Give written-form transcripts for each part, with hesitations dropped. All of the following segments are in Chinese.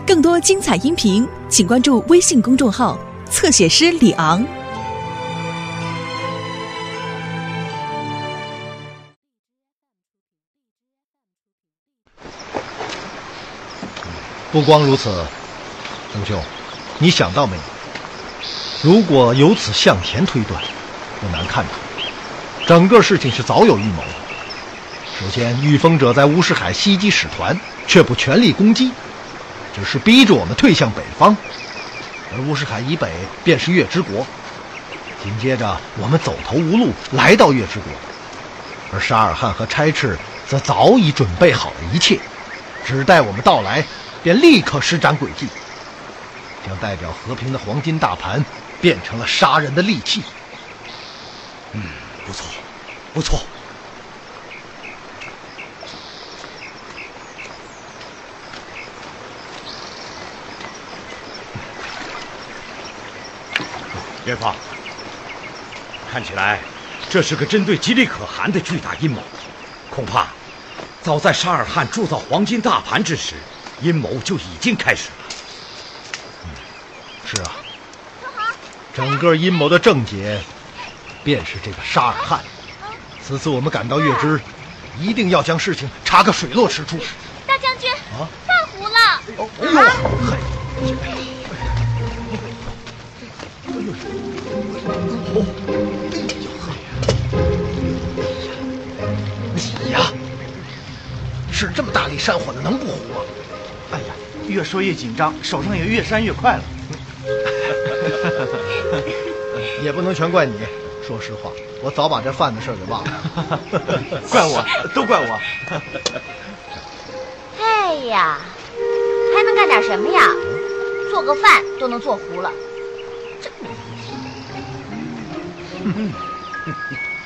更多精彩音频，请关注微信公众号“侧写师李昂”。 不光如此，曾兄，你想到没有？如果由此向前推断，不难看出，整个事情是早有预谋的。首先，御风者在乌石海袭击使团，却不全力攻击，只是逼着我们退向北方，而乌石海以北便是月之国。紧接着，我们走投无路，来到月之国，而沙尔汗和差赤则早已准备好了一切，只待我们到来，便立刻施展诡计，将代表和平的黄金大盘变成了杀人的利器。 不错，不错。元芳，看起来这是个针对吉利可汗的巨大阴谋。恐怕早在沙尔汗铸造黄金大盘之时，阴谋就已经开始了。 是啊，整个阴谋的症结便是这个沙尔汗。此次我们赶到月支，一定要将事情查个水落石出。 大将军，犯糊了！ 哎呦，你呀，使这么大力煽火的，能不糊吗？ 哎呀，越说越紧张，手上也越扇越快了。 也不能全怪你。说实话，我早把这饭的事给忘了。 怪我，都怪我。 哎呀，还能干点什么呀？做个饭都能做糊了，真没意思。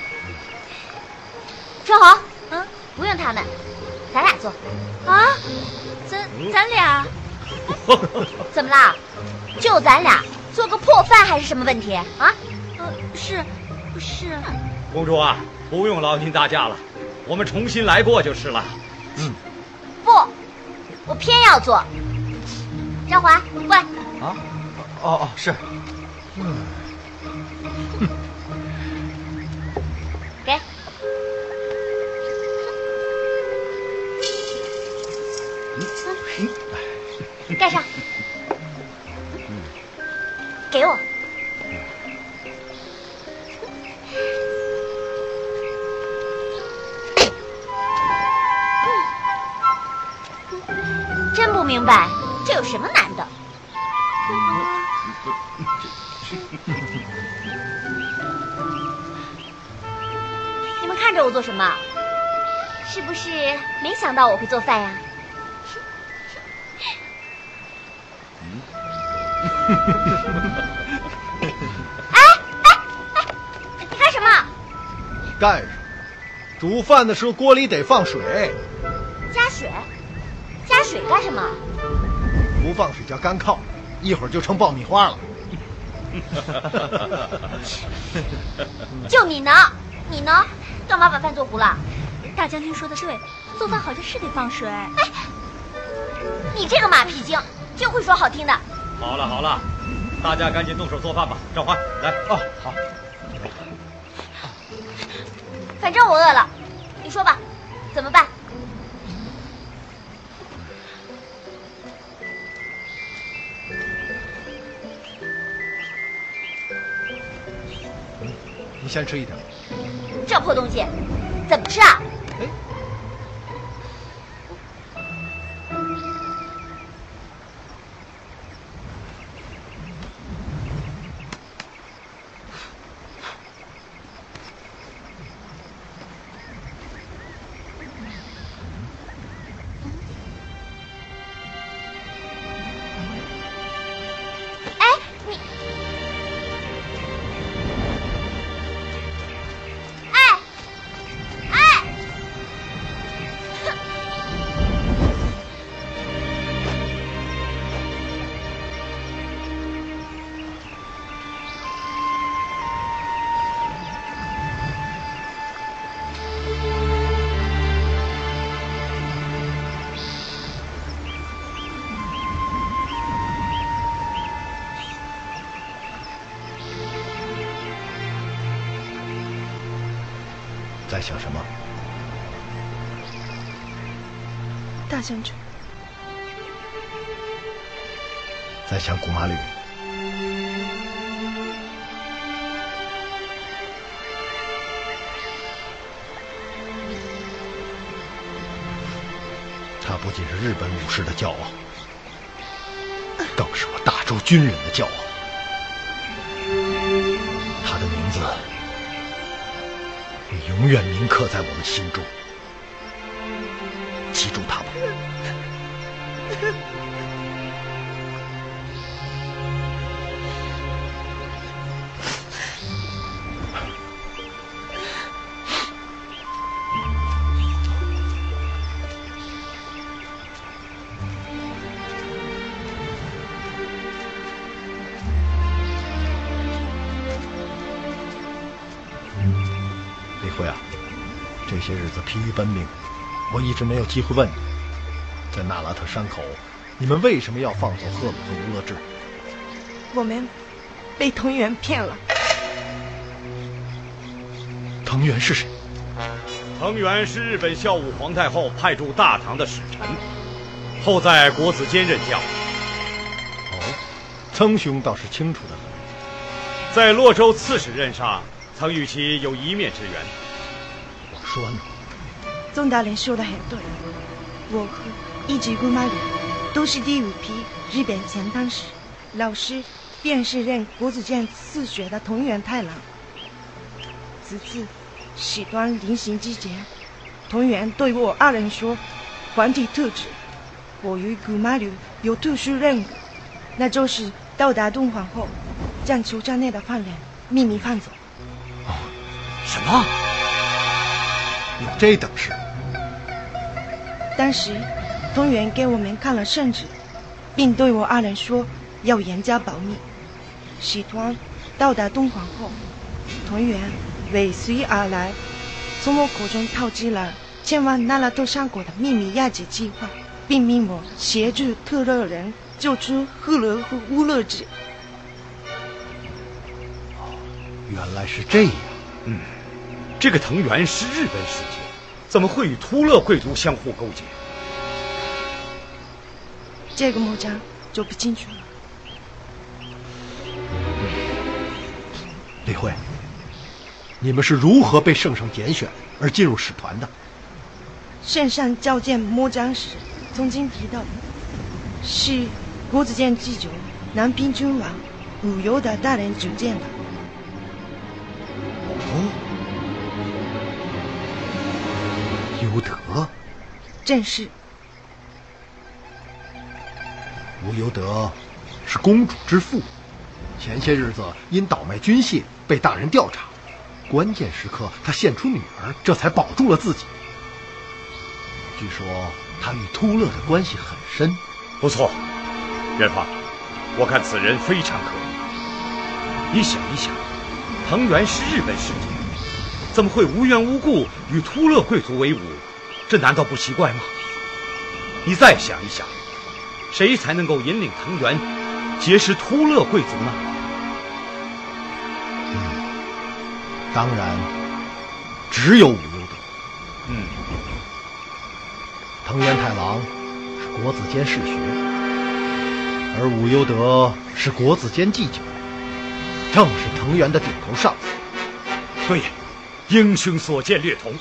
春红，不用他们，咱俩做。啊？咱俩？怎么啦？就咱俩做个破饭还是什么问题啊？是。 公主啊，不用劳您大驾了，我们重新来过就是了。 不，我偏要做。张华，过来。 啊？哦，是。 给。盖上。给我。真不明白，这有什么难的？你们看着我做什么？是不是没想到我会做饭呀？哎，你干什么？ 干什么？煮饭的时候锅里得放水。 加水？加水干什么？ 不放水叫干靠，一会儿就成爆米花了。 就你呢？干嘛把饭做糊了？ 大将军说的对，做饭好像是得放水。 哎，你这个马屁精，就会说好听的。 好了，大家赶紧动手做饭吧。赵欢，来。 哦，好。 反正我饿了，你说吧，怎么办？ 你先吃一点。 这破东西，怎么吃啊？ 在想什么？ 大乡城。 在想古马吕。他不仅是日本武士的骄傲，更是我大周军人的骄傲。他的名字会永远铭刻在我们心中。记住他吧。李辉啊，这些日子疲于奔命，我一直没有机会问你，在那拉特山口，你们为什么要放走赫鲁和乌勒志？ 我们被藤原骗了。 藤原是谁？ 藤原是日本孝武皇太后派驻大唐的使臣，后在国子监任教。 哦，曾兄倒是清楚的很。 在洛州刺史任上，曾与其有一面之缘。 我说呢。 宗大人说的很对，我和一级姑妈里都是第5批日本前当时，老师便是任国子监次学的藤原太郎。此次使端临行之前，藤原对我2人说，皇帝特旨，我与姑妈里有特殊任务，那就是到达敦煌后，将囚站内的犯人秘密放走。 什么？ 有这等事？ 当时藤原给我们看了圣旨，并对我2人说要严加保密。使团到达敦煌后，藤原尾随而来，从我口中套知了前往那拉特山谷的秘密押解计划，并命我协助特勒人救出赫勒和乌勒志。 原来是这样。 这个藤原是日本使节，怎么会与突勒贵族相互勾结？ 这个末章就不清楚了。 李慧，你们是如何被圣上拣选而进入使团的？ 圣上召见末章时曾经提到，是国子监祭酒南平君王武由的大人主荐的。 尤德， 正是。 吴尤德是公主之父，前些日子因倒卖军械被大人调查，关键时刻他献出女儿，这才保住了自己。据说他与突勒的关系很深。 不错，元芳，我看此人非常可疑。你想一想，藤原是日本使节，怎么会无缘无故与突勒贵族为伍？这难道不奇怪吗？你再想一想，谁才能够引领藤原结识突勒贵族呢？ 当然，只有武尤德。藤原太郎是国子监侍学，而武尤德是国子监祭酒，正是藤原的顶头上司。 对，英雄所见略同。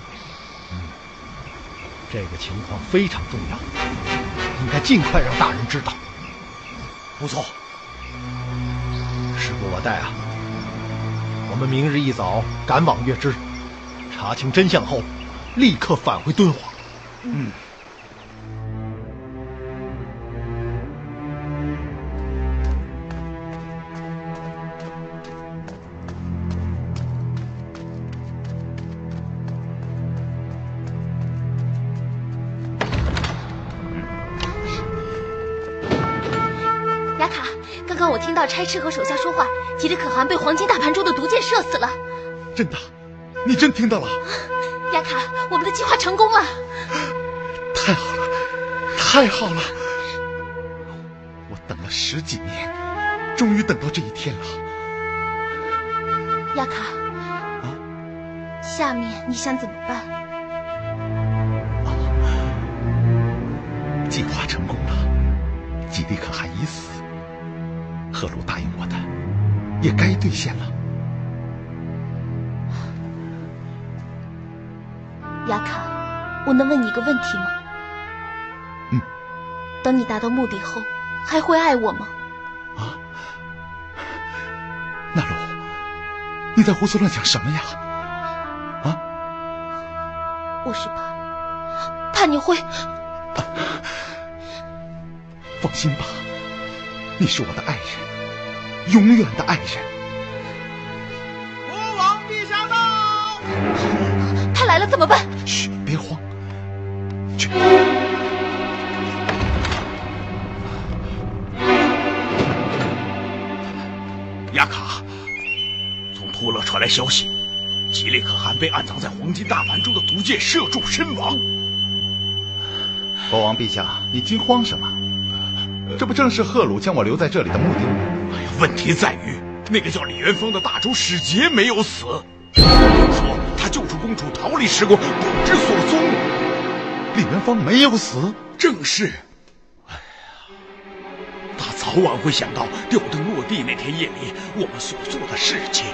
这个情况非常重要，应该尽快让大人知道。 不错， 时不我待啊！我们明日一早赶往月支，查清真相后，立刻返回敦煌。 雅卡，刚刚我听到差赤和手下说话，吉里可汗被黄金大盘中的毒箭射死了。 真的？你真听到了？ 雅卡，我们的计划成功了！ 太好了，太好了！我等了10几年，终于等到这一天了。 雅卡， 下面你想怎么办？ 计划成功了，吉利可汗已死，赫鲁答应我的也该兑现了。 雅卡，我能问你一个问题吗？等你达到目的后，还会爱我吗？ 啊，纳鲁，你在胡思乱想什么呀？啊， 我是怕你会。 放心吧，你是我的爱人，永远的爱人。 国王陛下到！ 他来了怎么办？ 嘘，别慌，去。 雅卡，从突勒传来消息，吉利可汗被暗藏在黄金大盘中的毒箭射中身亡。 国王陛下，你惊慌什么？这不正是赫鲁将我留在这里的目的吗？ 哎呀，问题在于那个叫李元芳的大周使节没有死，说他救出公主逃离时国，不知所踪。 李元芳没有死？ 正是。哎呀，他早晚会想到吊灯落地那天夜里我们所做的事情。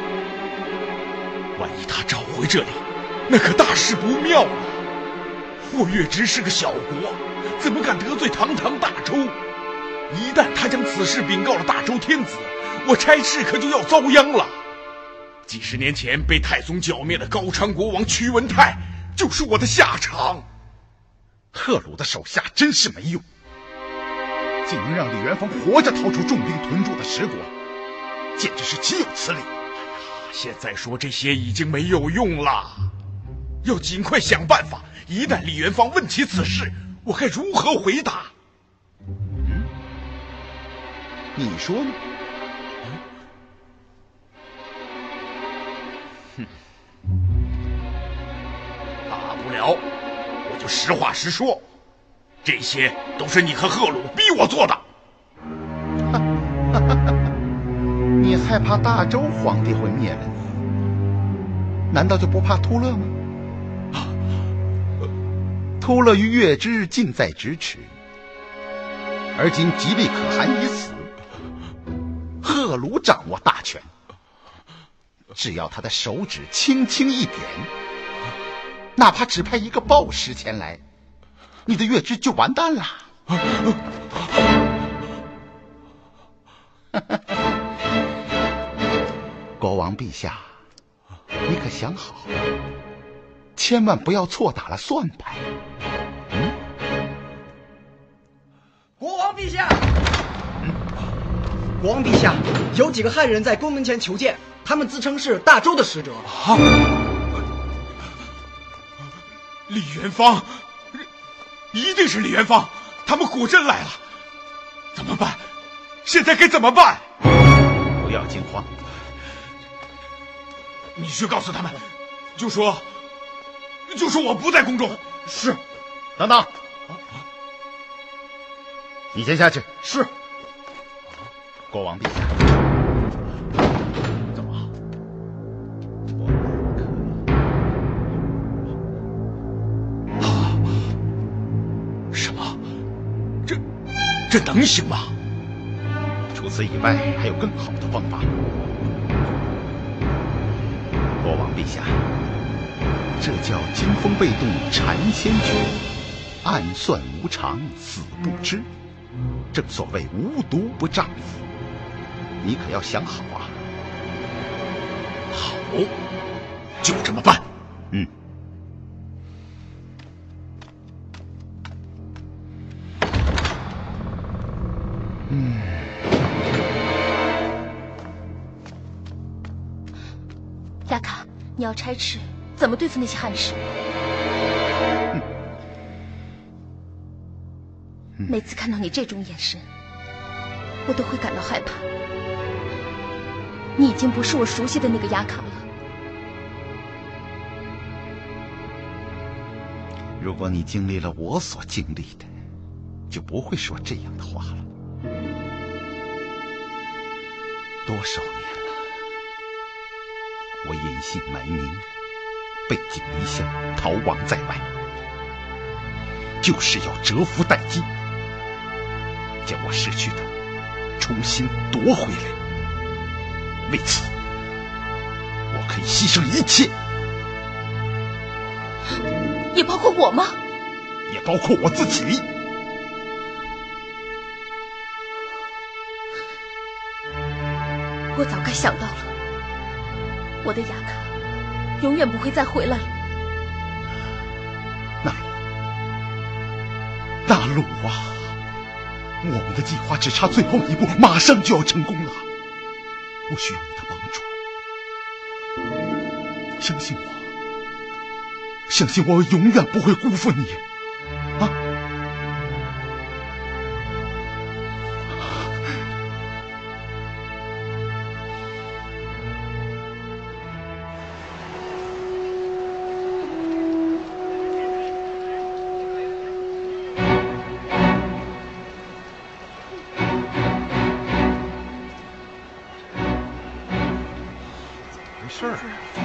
万一他找回这里，那可大事不妙了。我月支是个小国，怎么敢得罪堂堂大周？一旦他将此事禀告了大周天子，我差事可就要遭殃了。几十年前被太宗剿灭的高昌国王屈文泰，就是我的下场。 赫鲁的手下真是没用，竟能让李元芳活着逃出重兵屯驻的时国，简直是岂有此理！ 现在说这些已经没有用了，要尽快想办法。一旦李元芳问起此事，我该如何回答？ 你说呢？ 大不了我就实话实说，这些都是你和赫鲁逼我做的。 你害怕大周皇帝会灭了你？难道就不怕突勒吗？突勒与月支近在咫尺，而今吉利可汗已死，赫鲁掌握大权，只要他的手指轻轻一点，哪怕只派一个报使前来，你的月支就完蛋了。国王陛下，你可想好，千万不要错打了算盘。 国王陛下，国王陛下，有几个汉人在宫门前求见，他们自称是大周的使者。 李元芳，一定是李元芳，他们果真来了。怎么办？现在该怎么办？ 不要惊慌， 你去告诉他们，就说我不在宫中。 是。 等等，你先下去。 是。 国王陛下，怎么？ 什么？这能行吗？ 除此以外，还有更好的方法。国王陛下，这叫金风被动禅先觉，暗算无常，死不知。正所谓无毒不丈夫，你可要想好啊！ 好，就这么办。 雅卡，你要差池怎么对付那些汉士？每次看到你这种眼神，我都会感到害怕。你已经不是我熟悉的那个雅卡了。 如果你经历了我所经历的，就不会说这样的话了。多少年了，我隐姓埋名， 背井离乡，逃亡在外，就是要蛰伏待机，将我失去的重新夺回来。为此，我可以牺牲一切， 也包括我吗？ 也包括我自己。 我早该想到了，我的雅卡永远不会再回来了。 大鲁啊，我们的计划只差最后一步，马上就要成功了。我需要你的帮助，相信我，相信我永远不会辜负你，啊！ 事儿。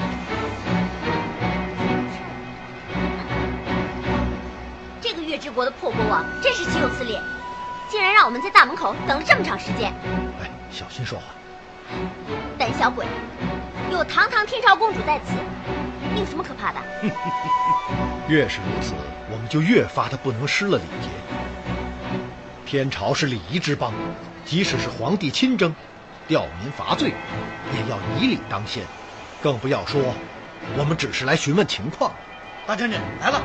这个月之国的破国王真是岂有此理，竟然让我们在大门口等了这么长时间。 哎，小心说话。 胆小鬼，有堂堂天朝公主在此，你有什么可怕的？ 越是如此，我们就越发的不能失了礼节。天朝是礼仪之邦，即使是皇帝亲征，吊民伐罪，也要以礼当先。更不要说，我们只是来询问情况。 大将军来了。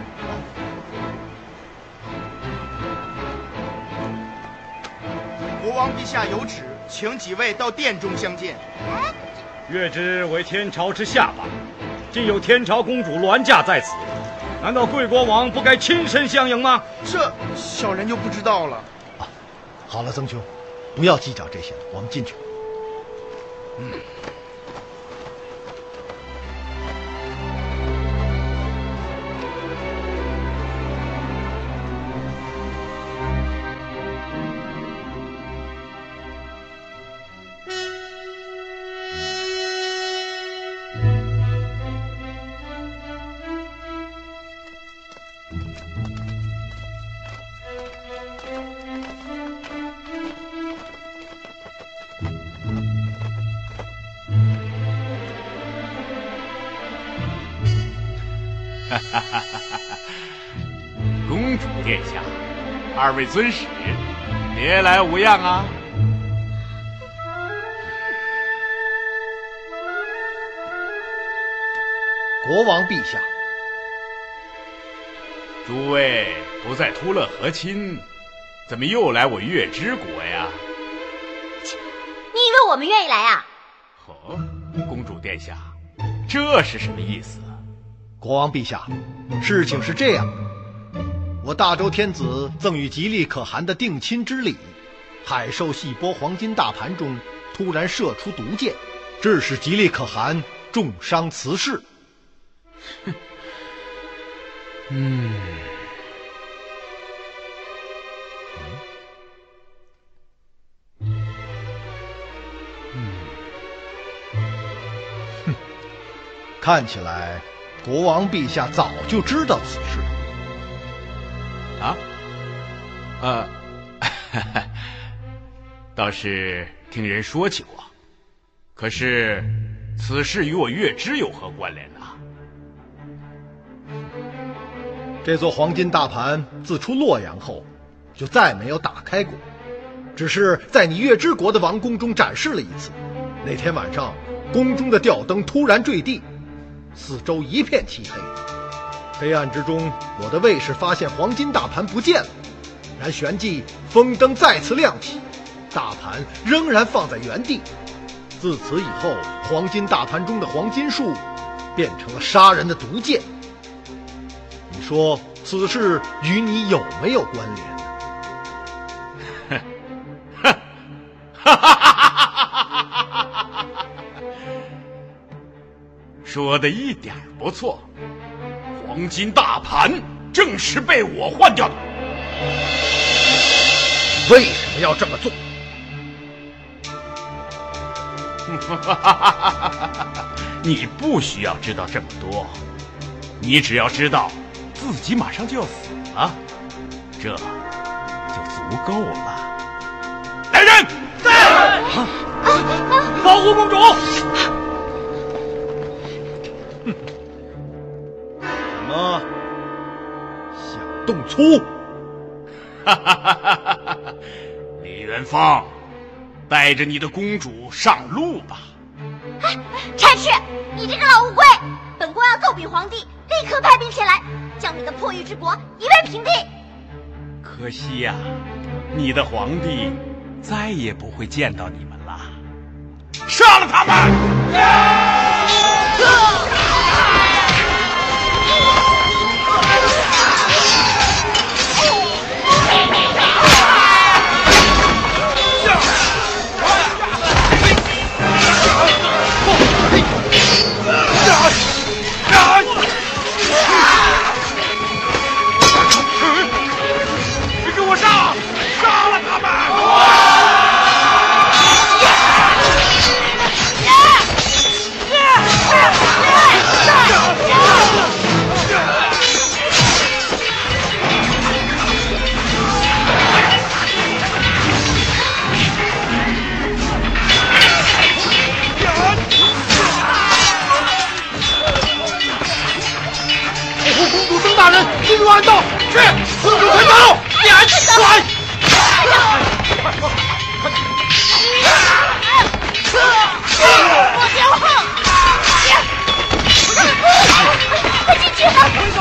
国王陛下有旨，请几位到殿中相见。 月之为天朝之下邦，竟有天朝公主銮驾在此，难道贵国王不该亲身相迎吗？ 这小人就不知道了。 啊，好了，曾兄，不要计较这些了，我们进去。 公主殿下，二位尊使，别来无恙啊！ 国王陛下， 诸位不在突勒和亲，怎么又来我月之国呀？ 你以为我们愿意来啊？ 哦，公主殿下，这是什么意思？ 国王陛下，事情是这样的，我大周天子赠予吉利可汗的定亲之礼，海兽细波黄金大盘中突然射出毒箭，致使吉利可汗重伤辞世。看起来国王陛下早就知道此事啊？倒是听人说起过，可是此事与我月之有何关联呢？ 这座黄金大盘自出洛阳后，就再没有打开过，只是在你月之国的王宫中展示了一次。那天晚上，宫中的吊灯突然坠地，四周一片漆黑。黑暗之中，我的卫士发现黄金大盘不见了，然旋即风灯再次亮起，大盘仍然放在原地。自此以后，黄金大盘中的黄金树变成了杀人的毒箭。你说此事与你有没有关联呢？ 说的一点不错，黄金大盘正是被我换掉的。 为什么要这么做？ 你不需要知道这么多，你只要知道自己马上就要死了，这就足够了。来人，在！保护公主！ 什么？想动粗？ 李元芳，带着你的公主上路吧。 差事，你这个老乌龟！本宫要奏禀皇帝，立刻派兵前来，将你的破狱之国夷为平地。 可惜呀，你的皇帝再也不会见到你们了。杀了他们！ 进入暗道，是公主快走！快！ 我别后！快进去！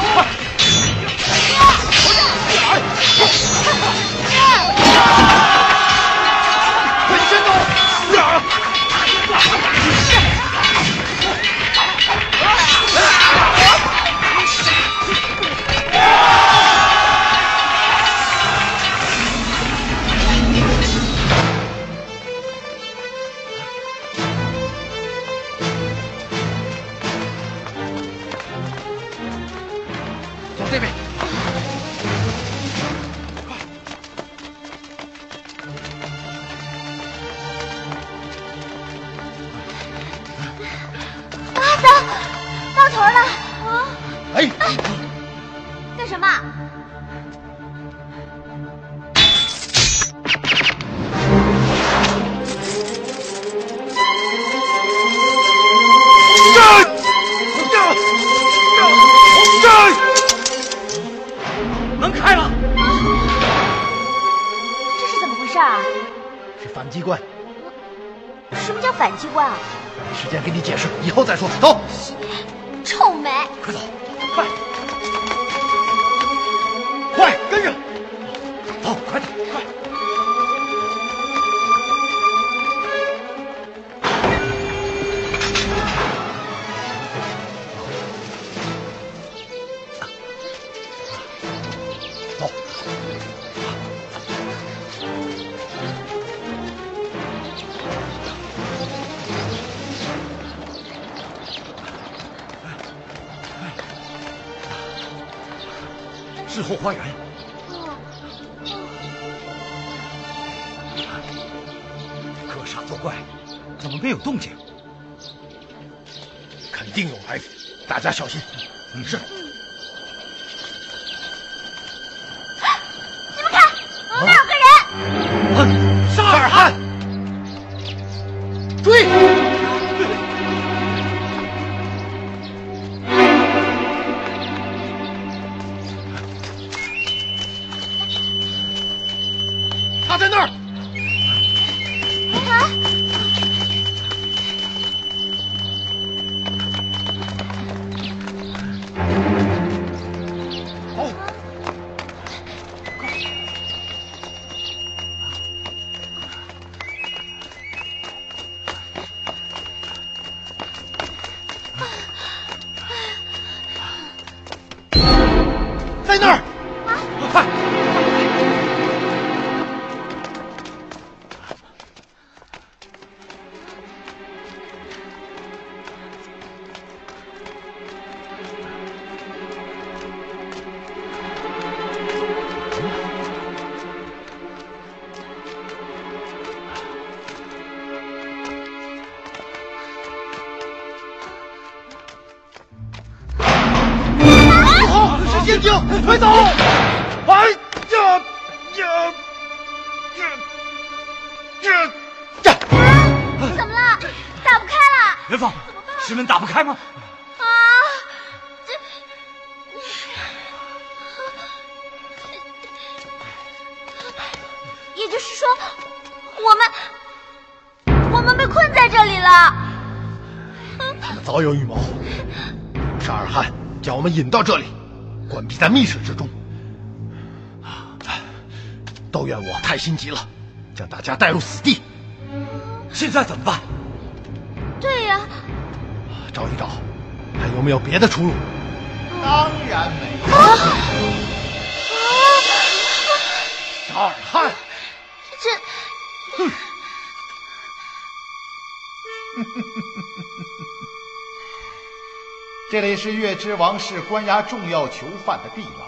快先走！这边， 到头了啊！ 哎， 干什么？ 门开了！ 这是怎么回事啊？ 是反击关。 什么叫反击关啊？ 没时间给你解释，以后再说。走。 臭美！ 快走，快！快跟着！走，快点，快！走。 之后花园。各杀作怪，怎么没有动静？ 肯定有埋伏，大家小心。是。 你们看，我们有个人！ 沙尔汗，追！他在那儿。在那儿！快！ 快走！哎呀怎么了？打不开了！ 元芳，石门打不开吗？ 啊，也就是说，我们被困在这里了。 他们早有预谋，沙尔汗将我们引到这里，关闭在密室之中。都怨我太心急了，将大家带入死地。 现在怎么办？ 对呀， 找一找，还有没有别的出路？ 当然没有。 沙尔汗， 这里是月之王室关押重要囚犯的地牢。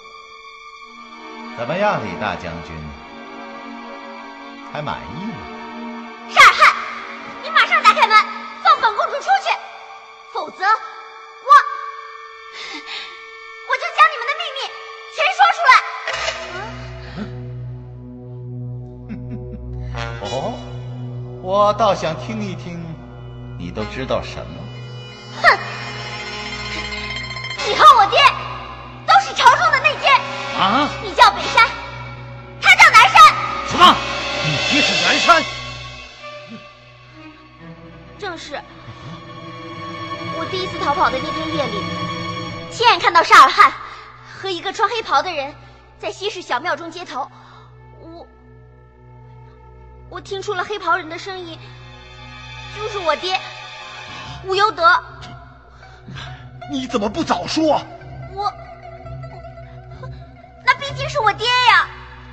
怎么样，李大将军？还满意吗？ 沙尔汗，你马上打开门，放本公主出去，否则我就将你们的秘密全说出来。 哦，我倒想听一听，你都知道什么？ 哼，你和我爹都是朝中的内奸。 啊！ 你叫北山，他叫南山。 什么？你爹是南山？ 正是。我第一次逃跑的那天夜里，亲眼看到沙尔汗和一个穿黑袍的人在西市小庙中接头。我听出了黑袍人的声音，就是我爹吴尤德。 你怎么不早说？ 那毕竟是我爹呀。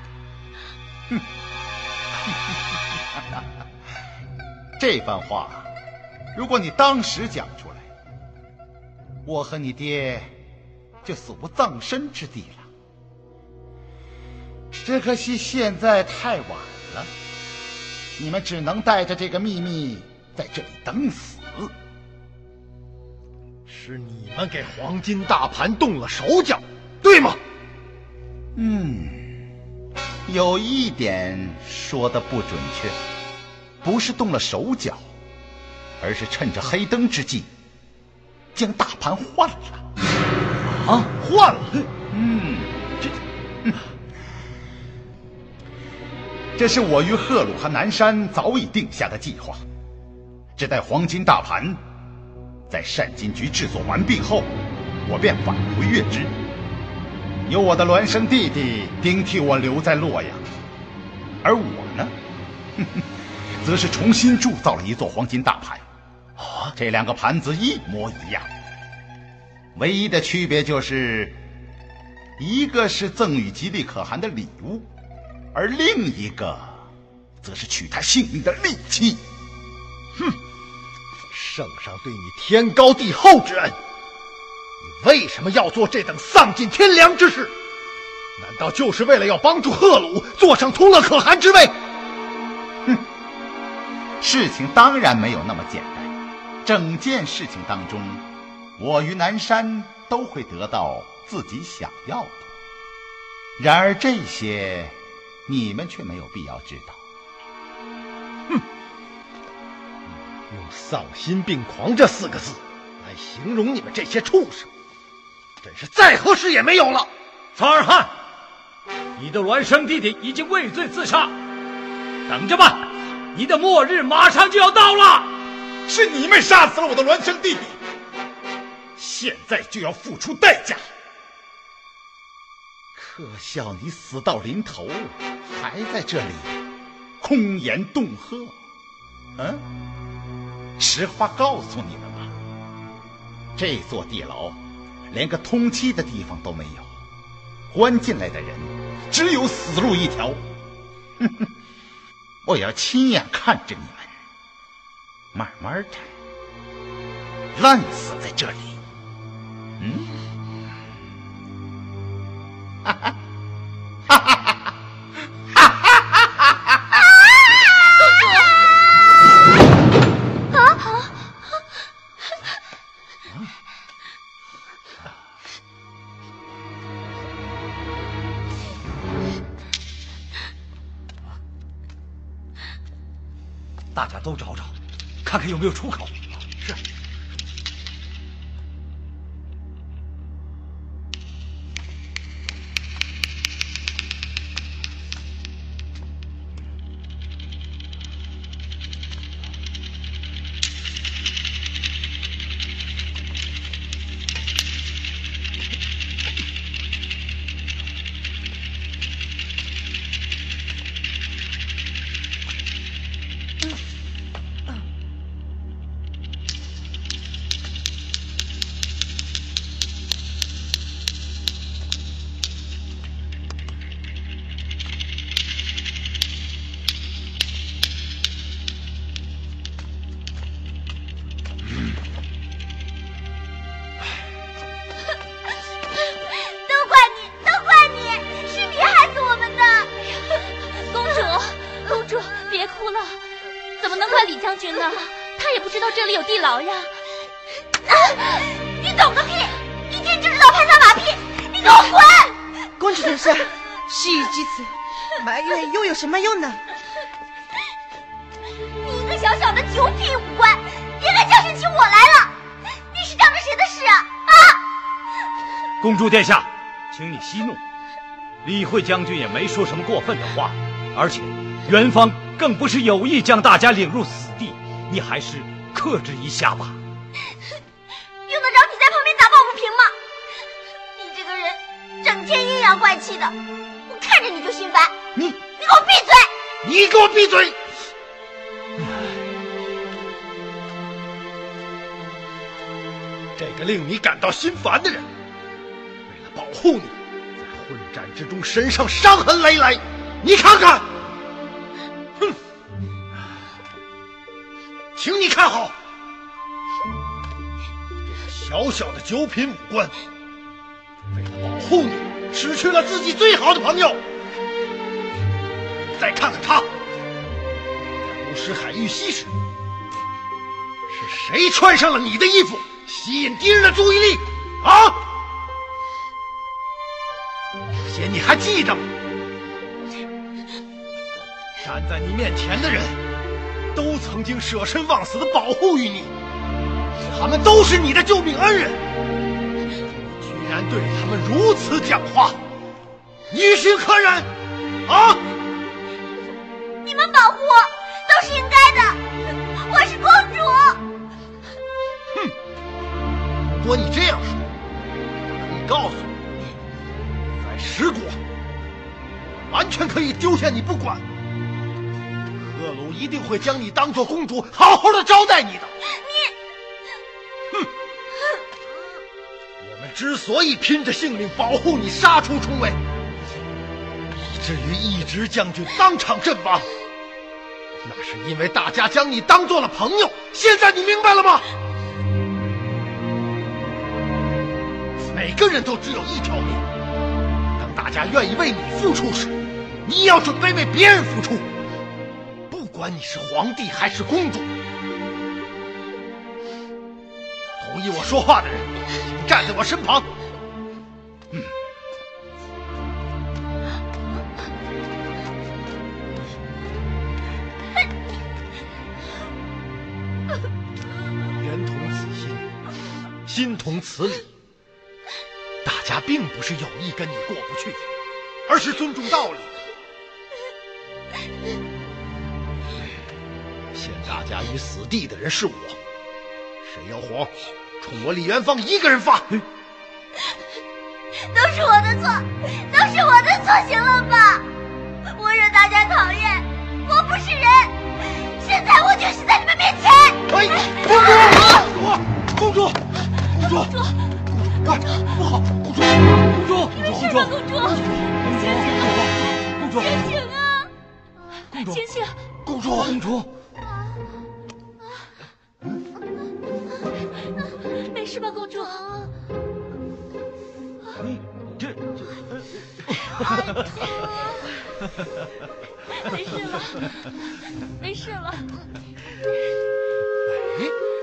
这番话，如果你当时讲出来，我和你爹就死无葬身之地了。只可惜现在太晚了，你们只能带着这个秘密在这里等死。 是你们给黄金大盘动了手脚，对吗？ 有一点说的不准确，不是动了手脚，而是趁着黑灯之际将大盘换了。 啊，换了？ 这是我与赫鲁和南山早已定下的计划，只待黄金大盘在善金局制作完毕后，我便返回月支，由我的孪生弟弟顶替我留在洛阳，而我呢，则是重新铸造了一座黄金大盘。这两个盘子一模一样，唯一的区别就是一个是赠与吉利可汗的礼物，而另一个则是取他性命的利器。 圣上对你天高地厚之恩，你为什么要做这等丧尽天良之事？难道就是为了要帮助赫鲁坐上通勒可汗之位？ 事情当然没有那么简单。整件事情当中，我与南山都会得到自己想要的，然而这些你们却没有必要知道。 用丧心病狂这4个字来形容你们这些畜生，真是再合适也没有了。 沙尔汗，你的孪生弟弟已经畏罪自杀，等着吧，你的末日马上就要到了。 是你们杀死了我的孪生弟弟，现在就要付出代价。可笑你死到临头，还在这里空言恫吓。实话告诉你们吧，这座地牢连个通气的地方都没有，关进来的人只有死路一条。我要亲眼看着你们慢慢的烂死在这里。 大家都找找，看看有没有出口。 是。 你懂个屁！一天就知道拍他马屁，你给我滚！ 公主同事，事已至此，埋怨又有什么用呢？ 你一个小小的九品武官，也敢教训起我来了？你是仗着谁的势啊？啊！ 公主殿下，请你息怒。李慧将军也没说什么过分的话，而且元芳更不是有意将大家领入死地，你还是克制一下吧。 用得着你在旁边打抱不平吗？你这个人整天阴阳怪气的，我看着你就心烦。你给我闭嘴！ 你给我闭嘴！这个令你感到心烦的人，为了保护你，在混战之中身上伤痕累累，你看看，哼！请你看好，这个小小的九品武官，为了保护你，失去了自己最好的朋友。再看看他，在巫师海玉溪时，是谁穿上了你的衣服，吸引敌人的注意力？啊！这些你还记得吗？站在你面前的人，都曾经舍身忘死的保护于你，他们都是你的救命恩人，你居然对他们如此讲话，你于心何忍？啊！ 你们保护我都是应该的，我是公主。 哼，如果你这样说，我可以告诉你，在石国，完全可以丢下你不管。赫鲁一定会将你当做公主，好好的招待你的。哼！我们之所以拼着性命保护你，杀出重围，以至于一直将军当场阵亡，那是因为大家将你当做了朋友。现在你明白了吗？每个人都只有一条命，当大家愿意为你付出时，你也要准备为别人付出。不管你是皇帝还是公主，同意我说话的人，请站在我身旁。人同此心，心同此理。大家并不是有意跟你过不去，而是尊重道理。陷大家于死地的人是我，谁有火，冲我李元芳一个人发。 都是我的错，都是我的错，行了吧？我惹大家讨厌，我不是人，现在我就死在你们面前。 哎，公主，哎，不好，公主， 你没事吧，公主？醒醒啊！ 公主， 醒醒啊！ 公主， 醒醒！ 公主， 没事吧，公主？ 这， 没事了，没事了。 哎，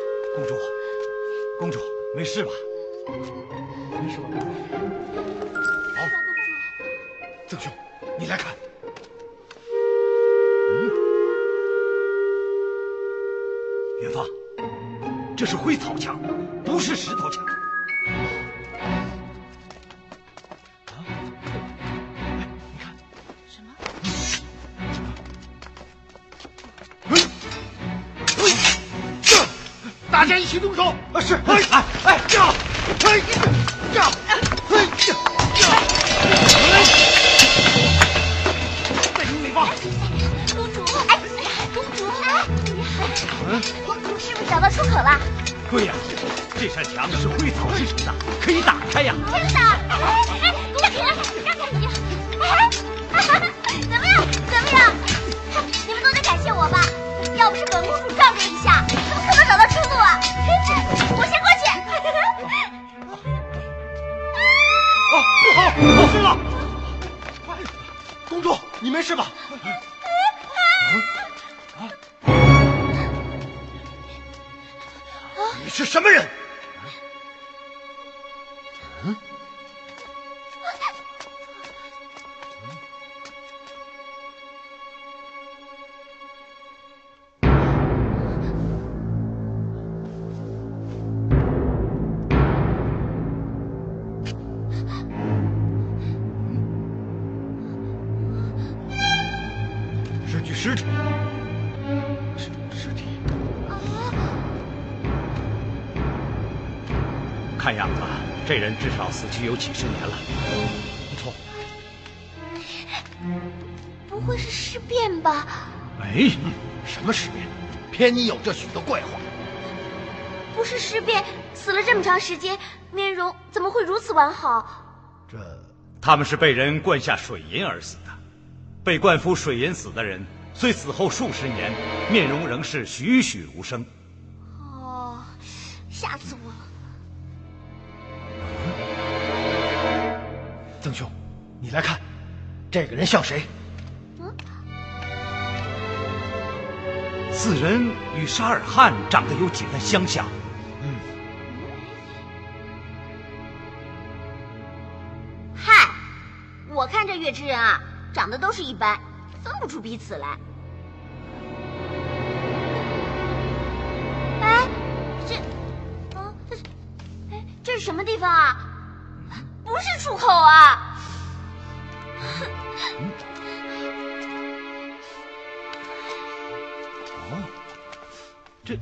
公主，没事吧？没事吧，公主？好，曾兄，你来看。 这是灰草墙，不是石头墙。 大家一起动手！ 是， 再用力吧！ 公主，公主，是不是找到出口了？ 对呀，这扇墙是灰草制成的，可以打开呀！ 真的？公主，让开你！怎么样？你们都得感谢我吧？要不是本公主罩着一下，怎么可能找到出路啊？我先过去。 不好，破碎了！公主，你没事吧？你是什么人？是具尸体。尸体。 看样子，这人至少死去有几十年了。 不错。 不会是尸变吧？ 哎，什么尸变？偏你有这许多怪话。 不是尸变，死了这么长时间，面容怎么会如此完好？ 他们是被人灌下水银而死的。被灌服水银死的人，虽死后数十年，面容仍是栩栩如生。 哦，吓死我了！ 曾兄，你来看，这个人像谁？ 此人与沙尔汗长得有几分相像。 嗨，我看这月之人啊，长得都是一般，分不出彼此来。哎，这是什么地方啊？不是出口啊！ 这。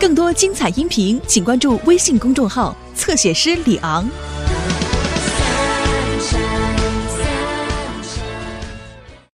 更多精彩音频，请关注微信公众号“侧写师李昂”。